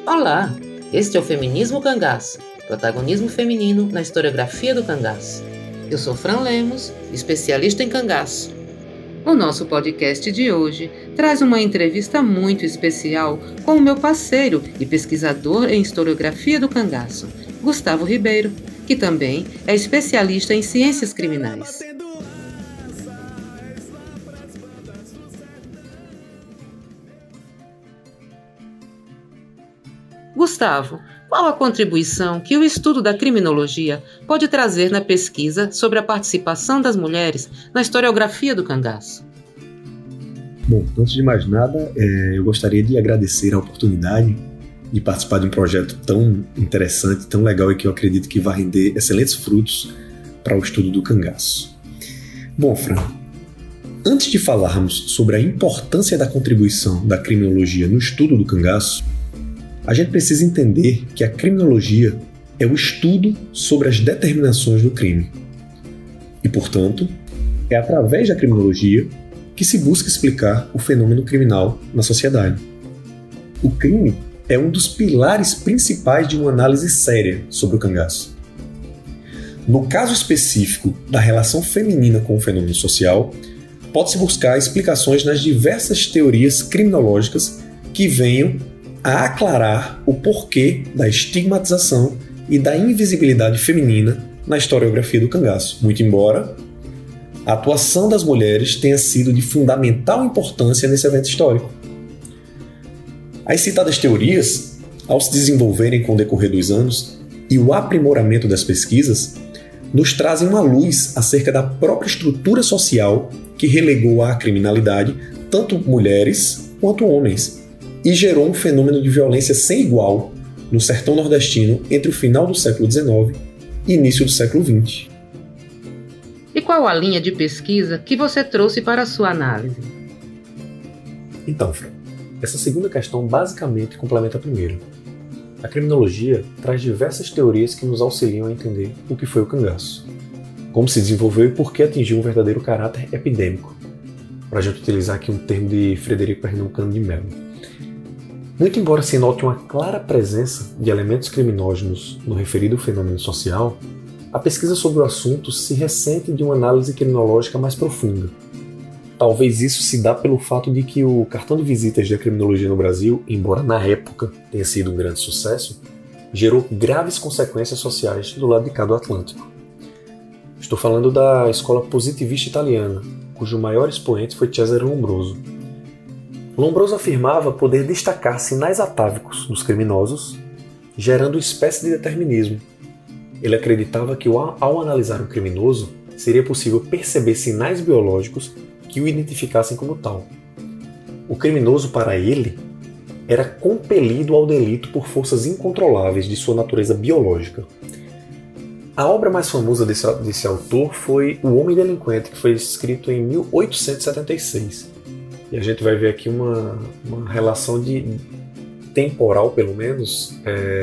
Olá, este é o Feminismo Cangaço, protagonismo feminino na historiografia do cangaço. Eu sou Fran Lemos, especialista em cangaço. O nosso podcast de hoje traz uma entrevista muito especial com o meu parceiro e pesquisador em historiografia do cangaço, Gustavo Ribeiro, que também é especialista em ciências criminais. Gustavo, qual a contribuição que o estudo da criminologia pode trazer na pesquisa sobre a participação das mulheres na historiografia do cangaço? Bom, antes de mais nada, eu gostaria de agradecer a oportunidade de participar de um projeto tão interessante, tão legal e que eu acredito que vai render excelentes frutos para o estudo do cangaço. Bom, Fran, antes de falarmos sobre a importância da contribuição da criminologia no estudo do cangaço, a gente precisa entender que a criminologia é o estudo sobre as determinações do crime. E, portanto, é através da criminologia que se busca explicar o fenômeno criminal na sociedade. O crime é um dos pilares principais de uma análise séria sobre o cangaço. No caso específico da relação feminina com o fenômeno social, pode-se buscar explicações nas diversas teorias criminológicas que venham a aclarar o porquê da estigmatização e da invisibilidade feminina na historiografia do cangaço, muito embora a atuação das mulheres tenha sido de fundamental importância nesse evento histórico. As citadas teorias, ao se desenvolverem com o decorrer dos anos e o aprimoramento das pesquisas, nos trazem uma luz acerca da própria estrutura social que relegou à criminalidade tanto mulheres quanto homens, e gerou um fenômeno de violência sem igual no sertão nordestino entre o final do século XIX e início do século XX. E qual a linha de pesquisa que você trouxe para a sua análise? Então, Fran, essa segunda questão basicamente complementa a primeira. A criminologia traz diversas teorias que nos auxiliam a entender o que foi o cangaço, como se desenvolveu e por que atingiu um verdadeiro caráter epidêmico, para a gente utilizar aqui um termo de Frederico Pernambucano de Mello. Muito embora se note uma clara presença de elementos criminógenos no referido fenômeno social, a pesquisa sobre o assunto se ressente de uma análise criminológica mais profunda. Talvez isso se dá pelo fato de que o cartão de visitas da criminologia no Brasil, embora na época tenha sido um grande sucesso, gerou graves consequências sociais do lado de cá do Atlântico. Estou falando da escola positivista italiana, cujo maior expoente foi Cesare Lombroso. Lombroso afirmava poder destacar sinais atávicos nos criminosos, gerando uma espécie de determinismo. Ele acreditava que ao analisar um criminoso, seria possível perceber sinais biológicos que o identificassem como tal. O criminoso, para ele, era compelido ao delito por forças incontroláveis de sua natureza biológica. A obra mais famosa desse autor foi O Homem Delinquente, que foi escrito em 1876. E a gente vai ver aqui uma relação de temporal, pelo menos,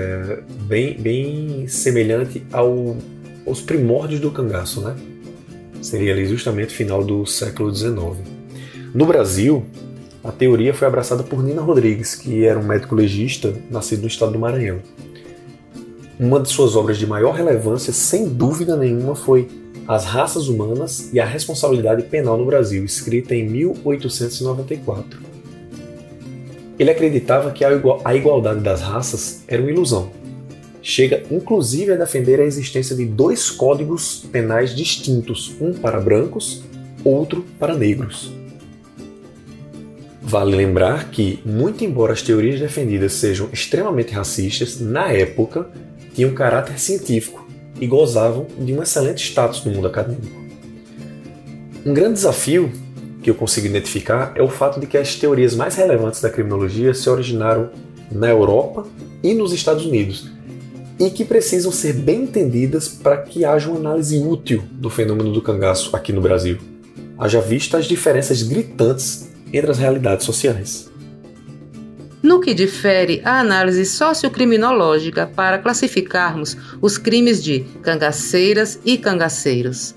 bem semelhante aos primórdios do cangaço, né? Seria ali justamente final do século XIX. No Brasil, a teoria foi abraçada por Nina Rodrigues, que era um médico legista nascido no estado do Maranhão. Uma de suas obras de maior relevância, sem dúvida nenhuma, foi As Raças Humanas e a Responsabilidade Penal no Brasil, escrita em 1894. Ele acreditava que a igualdade das raças era uma ilusão. Chega inclusive a defender a existência de dois códigos penais distintos, um para brancos, outro para negros. Vale lembrar que, muito embora as teorias defendidas sejam extremamente racistas, na época tinham caráter científico e gozavam de um excelente status no mundo acadêmico. Um grande desafio que eu consigo identificar é o fato de que as teorias mais relevantes da criminologia se originaram na Europa e nos Estados Unidos, e que precisam ser bem entendidas para que haja uma análise útil do fenômeno do cangaço aqui no Brasil, haja vista as diferenças gritantes entre as realidades sociais. No que difere a análise sociocriminológica para classificarmos os crimes de cangaceiras e cangaceiros?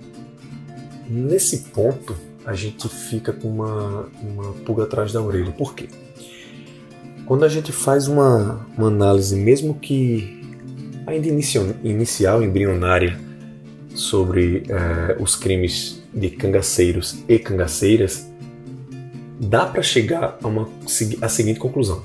Nesse ponto, a gente fica com uma pulga atrás da orelha. Por quê? quando a gente faz uma análise, mesmo que ainda inicial, embrionária, sobre os crimes de cangaceiros e cangaceiras, dá para chegar a seguinte conclusão.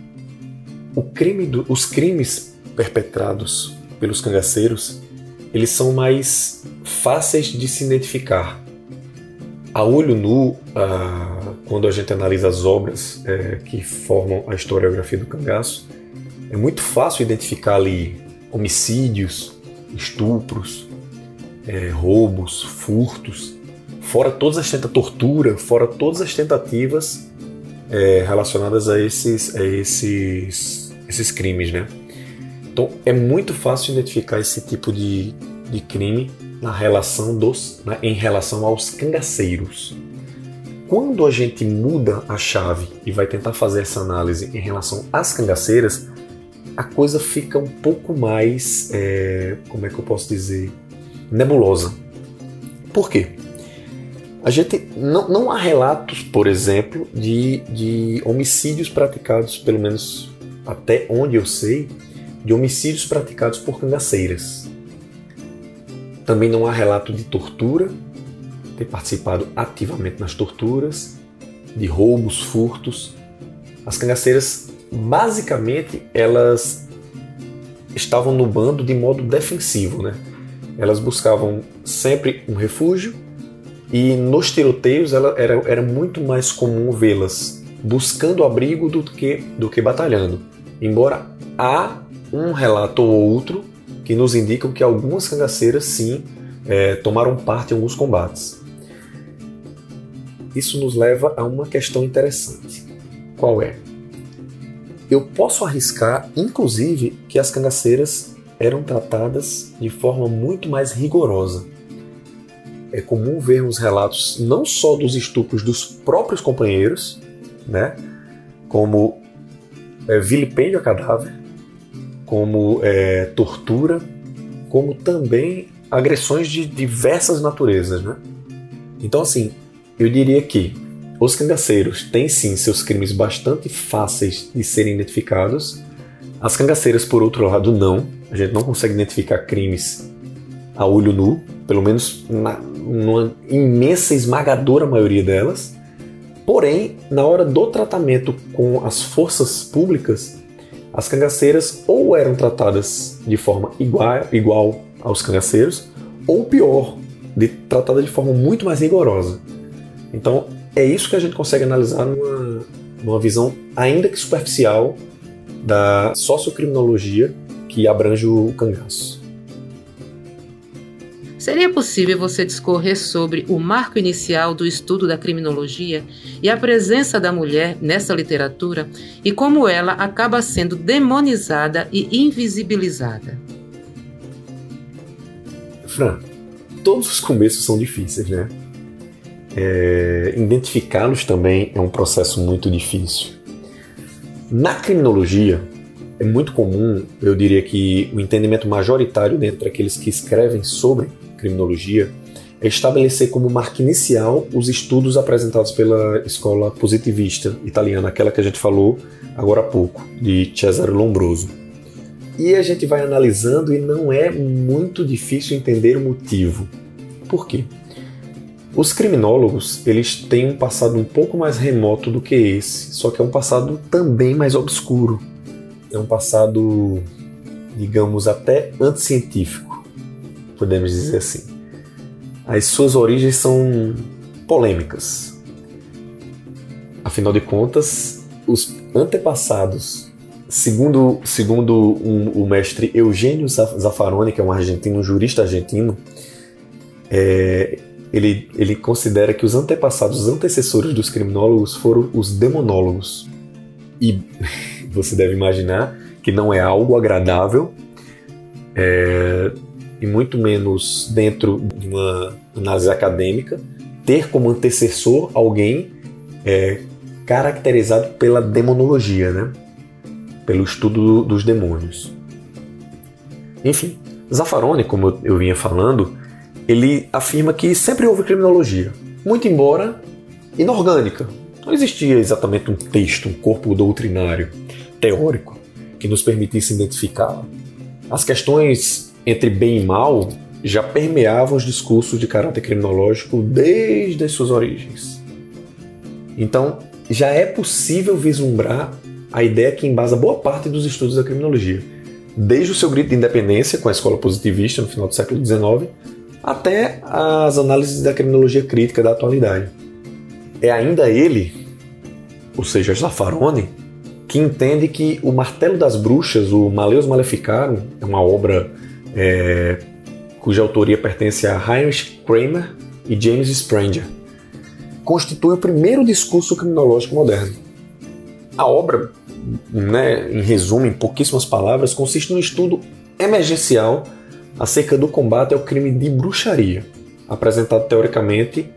Os crimes perpetrados pelos cangaceiros, eles são mais fáceis de se identificar. A olho nu, quando a gente analisa as obras que formam a historiografia do cangaço, é muito fácil identificar ali homicídios, estupros, roubos, furtos, fora todas as tortura, fora todas as tentativas relacionadas a esses crimes, né? Então é muito fácil identificar esse tipo de crime em relação aos cangaceiros. Quando a gente muda a chave e vai tentar fazer essa análise em relação às cangaceiras, a coisa fica um pouco mais, como é que eu posso dizer, nebulosa. Por quê? A gente não há relatos, por exemplo, de homicídios praticados, pelo menos até onde eu sei, de homicídios praticados por cangaceiras. Também não há relato de tortura, ter participado ativamente nas torturas, de roubos, furtos. As cangaceiras, basicamente, elas estavam no bando de modo defensivo, né? Elas buscavam sempre um refúgio e nos tiroteios era muito mais comum vê-las buscando abrigo do que batalhando. Embora há um relato ou outro que nos indicam que algumas cangaceiras, sim, tomaram parte em alguns combates. Isso nos leva a uma questão interessante. Qual é? Eu posso arriscar, inclusive, que as cangaceiras eram tratadas de forma muito mais rigorosa. É comum vermos relatos não só dos estupros dos próprios companheiros, né, como vilipêndio a cadáver, como tortura, como também agressões de diversas naturezas, né? Então, assim, eu diria que os cangaceiros têm sim seus crimes bastante fáceis de serem identificados. As cangaceiras, por outro lado, não. A gente não consegue identificar crimes a olho nu, pelo menos numa imensa, esmagadora maioria delas. Porém, na hora do tratamento com as forças públicas, as cangaceiras ou eram tratadas de forma igual aos cangaceiros, ou pior, tratadas de forma muito mais rigorosa. Então, é isso que a gente consegue analisar numa visão, ainda que superficial, da sociocriminologia que abrange o cangaço. Seria possível você discorrer sobre o marco inicial do estudo da criminologia e a presença da mulher nessa literatura e como ela acaba sendo demonizada e invisibilizada? Fran, todos os começos são difíceis, né? Identificá-los também é um processo muito difícil. Na criminologia, é muito comum, eu diria que o entendimento majoritário dentre aqueles que escrevem sobre criminologia é estabelecer como marco inicial os estudos apresentados pela escola positivista italiana, aquela que a gente falou agora há pouco, de Cesare Lombroso. E a gente vai analisando e não é muito difícil entender o motivo. Por quê? Os criminólogos, eles têm um passado um pouco mais remoto do que esse, só que é um passado também mais obscuro. É um passado, digamos, até anticientífico, podemos dizer assim. As suas origens são polêmicas. Afinal de contas, os antepassados, segundo o mestre Eugênio Zaffaroni, que é um jurista argentino, ele considera que os antecessores dos criminólogos foram os demonólogos. E você deve imaginar que não é algo agradável, e muito menos dentro de uma análise acadêmica, ter como antecessor alguém caracterizado pela demonologia, né? Pelo estudo dos demônios. Enfim, Zaffaroni, como eu vinha falando, ele afirma que sempre houve criminologia, muito embora inorgânica. Não existia exatamente um texto, um corpo doutrinário. teórico que nos permitisse identificar, as questões entre bem e mal já permeavam os discursos de caráter criminológico desde as suas origens. Então, já é possível vislumbrar a ideia que embasa boa parte dos estudos da criminologia, desde o seu grito de independência com a escola positivista no final do século XIX, até as análises da criminologia crítica da atualidade. É ainda ele, ou seja, Zaffaroni, que entende que o Martelo das Bruxas, o Maleus Maleficarum, é uma obra cuja autoria pertence a Heinrich Kramer e James Spranger, constitui o primeiro discurso criminológico moderno. A obra, em resumo, em pouquíssimas palavras, consiste num estudo emergencial acerca do combate ao crime de bruxaria, apresentando teoricamente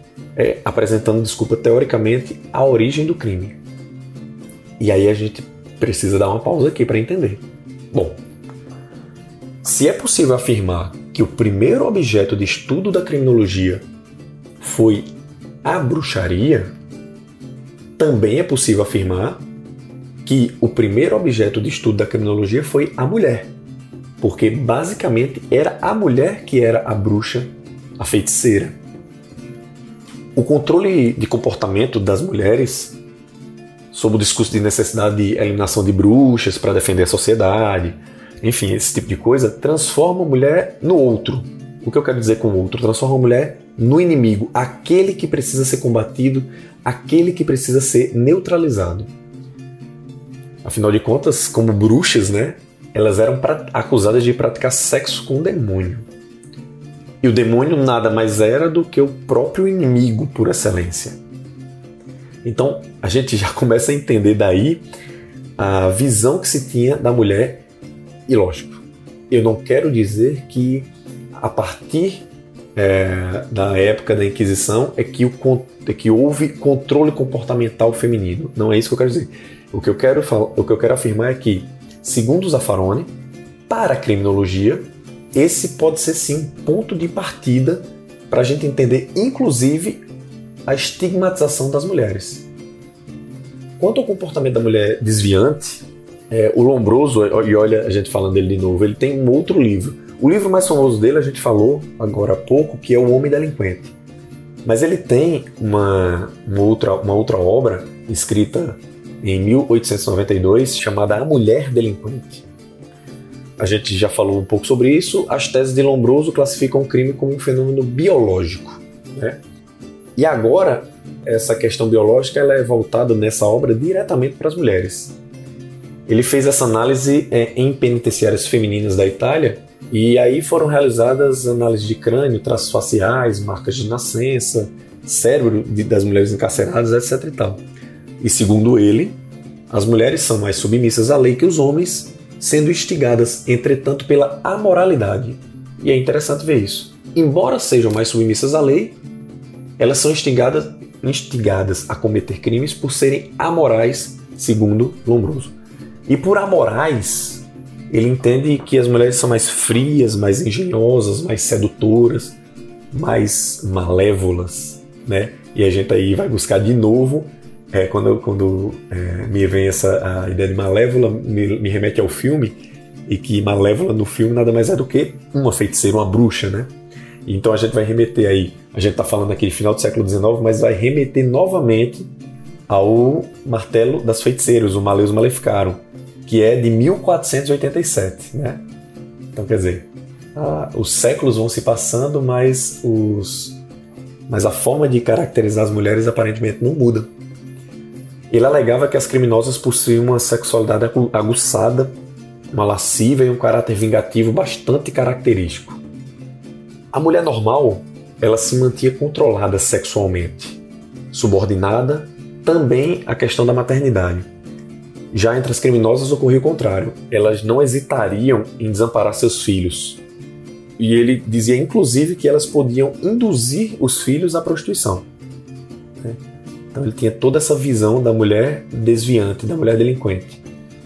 a origem do crime. E aí a gente precisa dar uma pausa aqui para entender. Bom, se é possível afirmar que o primeiro objeto de estudo da criminologia foi a bruxaria, também é possível afirmar que o primeiro objeto de estudo da criminologia foi a mulher, porque basicamente era a mulher que era a bruxa, a feiticeira. O controle de comportamento das mulheres, sob o discurso de necessidade de eliminação de bruxas para defender a sociedade, enfim, esse tipo de coisa, transforma a mulher no outro. O que eu quero dizer com o outro? Transforma a mulher no inimigo, aquele que precisa ser combatido, aquele que precisa ser neutralizado. Afinal de contas, como bruxas, elas eram acusadas de praticar sexo com o demônio. E o demônio nada mais era do que o próprio inimigo por excelência. Então, a gente já começa a entender daí a visão que se tinha da mulher. E lógico, eu não quero dizer que a partir da época da Inquisição é que houve controle comportamental feminino. Não é isso que eu quero dizer. O que eu quero afirmar é que, segundo Zaffaroni, para a criminologia, esse pode ser sim um ponto de partida para a gente entender, inclusive, a estigmatização das mulheres. Quanto ao comportamento da mulher desviante, o Lombroso, e olha a gente falando dele de novo, ele tem um outro livro. O livro mais famoso dele a gente falou agora há pouco, que é O Homem Delinquente. Mas ele tem uma outra obra escrita em 1892 chamada A Mulher Delinquente. A gente já falou um pouco sobre isso. As teses de Lombroso classificam o crime como um fenômeno biológico, E agora, essa questão biológica ela é voltada nessa obra diretamente para as mulheres. Ele fez essa análise em penitenciárias femininas da Itália, e aí foram realizadas análises de crânio, traços faciais, marcas de nascença, cérebro das mulheres encarceradas, etc. e tal. E segundo ele, as mulheres são mais submissas à lei que os homens, sendo instigadas, entretanto, pela amoralidade. E é interessante ver isso. Embora sejam mais submissas à lei, elas são instigadas a cometer crimes por serem amorais, segundo Lombroso. E por amorais, ele entende que as mulheres são mais frias, mais engenhosas, mais sedutoras, mais malévolas, E a gente aí vai buscar de novo, quando me vem a ideia de malévola, me remete ao filme, e que malévola no filme nada mais é do que uma feiticeira, uma bruxa, Então a gente vai remeter aí, a gente está falando aqui de final do século XIX, mas vai remeter novamente ao Martelo das Feiticeiras, o Maleus Maleficarum, que é de 1487, Então, quer dizer, os séculos vão se passando, mas a forma de caracterizar as mulheres aparentemente não muda. Ele alegava que as criminosas possuíam uma sexualidade aguçada, uma lasciva e um caráter vingativo bastante característico. A mulher normal, ela se mantinha controlada sexualmente, subordinada também à questão da maternidade. Já entre as criminosas ocorria o contrário. Elas não hesitariam em desamparar seus filhos. E ele dizia, inclusive, que elas podiam induzir os filhos à prostituição. Então ele tinha toda essa visão da mulher desviante, da mulher delinquente.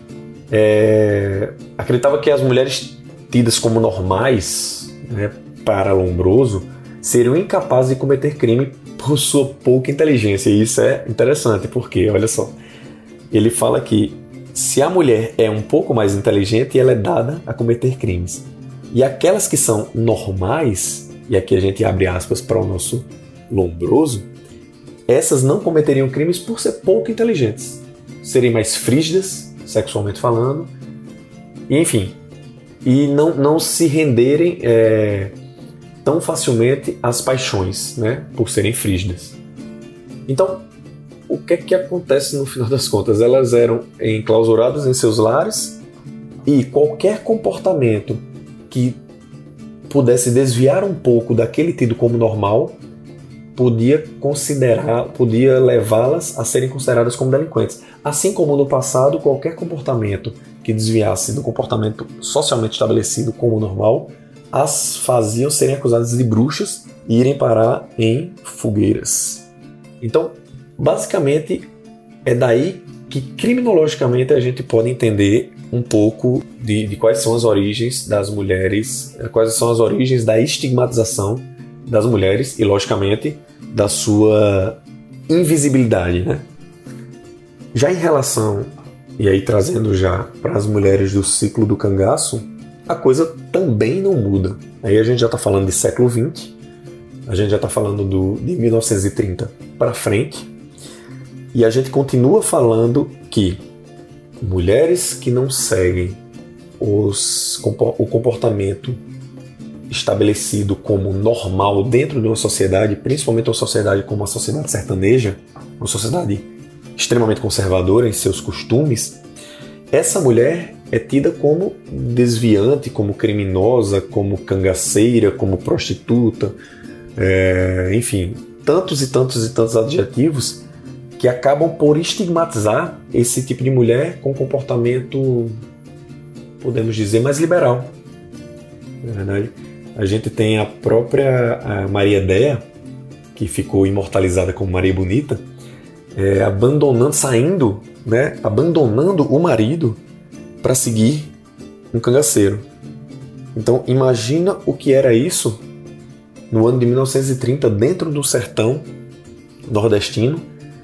Acreditava que as mulheres tidas como normais, para Lombroso, seriam incapazes de cometer crime por sua pouca inteligência. E isso é interessante, porque, olha só, ele fala que se a mulher é um pouco mais inteligente, ela é dada a cometer crimes. E aquelas que são normais, e aqui a gente abre aspas para o nosso Lombroso, essas não cometeriam crimes por ser pouco inteligentes, serem mais frígidas, sexualmente falando, e, enfim, e não se renderem tão facilmente às paixões, né, por serem frígidas. Então, o que é que acontece no final das contas? Elas eram enclausuradas em seus lares e qualquer comportamento que pudesse desviar um pouco daquele tido como normal podia levá-las a serem consideradas como delinquentes. Assim como no passado, qualquer comportamento que desviasse do comportamento socialmente estabelecido como normal as faziam serem acusadas de bruxas e irem parar em fogueiras. Então, basicamente, é daí que criminologicamente a gente pode entender um pouco de quais são as origens das mulheres, quais são as origens da estigmatização das mulheres e, logicamente, da sua invisibilidade, né? Já em relação, e aí trazendo já para as mulheres do ciclo do cangaço, a coisa também não muda. Aí a gente já está falando de século XX, a gente já está falando de 1930 para frente, e a gente continua falando que mulheres que não seguem o comportamento estabelecido como normal dentro de uma sociedade, principalmente uma sociedade como a sociedade sertaneja, uma sociedade extremamente conservadora em seus costumes, essa mulher é tida como desviante, como criminosa, como cangaceira, como prostituta, enfim, tantos e tantos e tantos adjetivos que acabam por estigmatizar esse tipo de mulher com comportamento, podemos dizer, mais liberal. Na verdade, a gente tem a própria Maria Déia, que ficou imortalizada como Maria Bonita, abandonando o marido para seguir um cangaceiro. Então, imagina o que era isso no ano de 1930, dentro do sertão nordestino,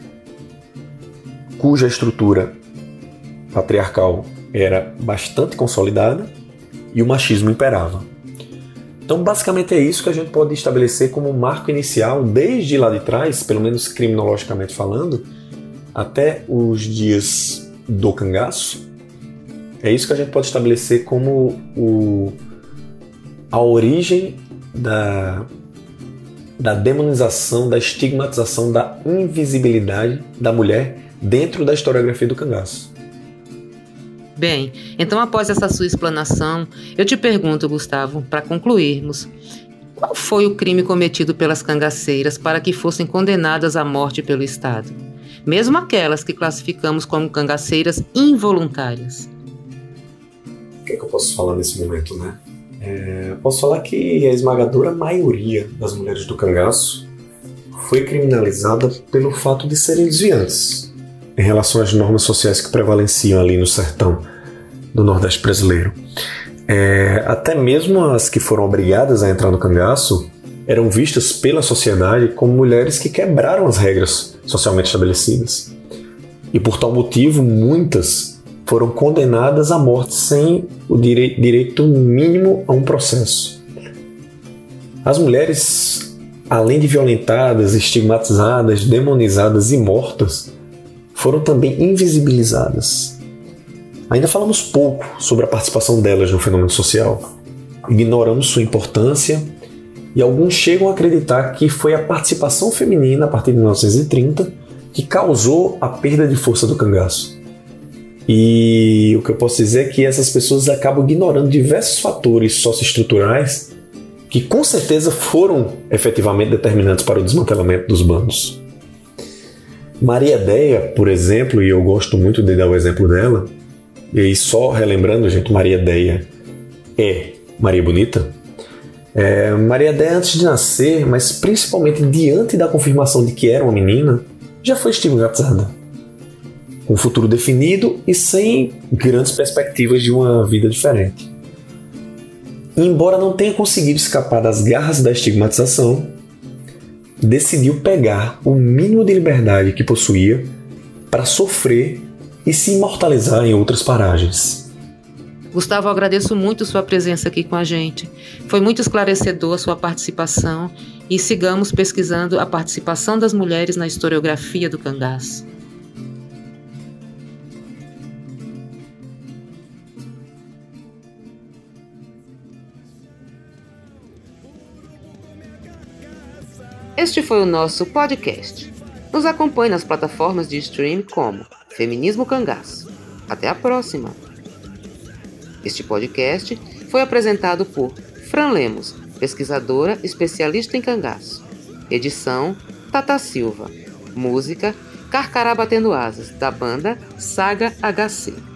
cuja estrutura patriarcal era bastante consolidada e o machismo imperava. Então, basicamente é isso que a gente pode estabelecer como um marco inicial, desde lá de trás, pelo menos criminologicamente falando, até os dias do cangaço. É isso que a gente pode estabelecer como a origem da demonização, da estigmatização, da invisibilidade da mulher dentro da historiografia do cangaço. Bem, então após essa sua explanação, eu te pergunto, Gustavo, para concluirmos, qual foi o crime cometido pelas cangaceiras para que fossem condenadas à morte pelo Estado? Mesmo aquelas que classificamos como cangaceiras involuntárias. O que eu posso falar nesse momento, né? Posso falar que a esmagadora maioria das mulheres do cangaço foi criminalizada pelo fato de serem desviantes em relação às normas sociais que prevaleciam ali no sertão do Nordeste brasileiro. Até mesmo as que foram obrigadas a entrar no cangaço eram vistas pela sociedade como mulheres que quebraram as regras socialmente estabelecidas. E por tal motivo, muitas foram condenadas à morte sem o direito mínimo a um processo. As mulheres, além de violentadas, estigmatizadas, demonizadas e mortas, foram também invisibilizadas. Ainda falamos pouco sobre a participação delas no fenômeno social. Ignoramos sua importância e alguns chegam a acreditar que foi a participação feminina, a partir de 1930, que causou a perda de força do cangaço. E o que eu posso dizer é que essas pessoas acabam ignorando diversos fatores socioestruturais que com certeza foram efetivamente determinantes para o desmantelamento dos bandos. Maria Déia, por exemplo, e eu gosto muito de dar o exemplo dela, e só relembrando, gente, Maria Déia é Maria Bonita. Maria Déia, antes de nascer, mas principalmente diante da confirmação de que era uma menina, já foi estigmatizada, com um futuro definido e sem grandes perspectivas de uma vida diferente. E, embora não tenha conseguido escapar das garras da estigmatização, decidiu pegar o mínimo de liberdade que possuía para sofrer e se imortalizar em outras paragens. Gustavo, eu agradeço muito sua presença aqui com a gente. Foi muito esclarecedor a sua participação e sigamos pesquisando a participação das mulheres na historiografia do cangaço. Este foi o nosso podcast. Nos acompanhe nas plataformas de streaming como Feminismo Cangaço. Até a próxima! Este podcast foi apresentado por Fran Lemos, pesquisadora especialista em cangaço. Edição Tata Silva. Música Carcará Batendo Asas, da banda Saga HC.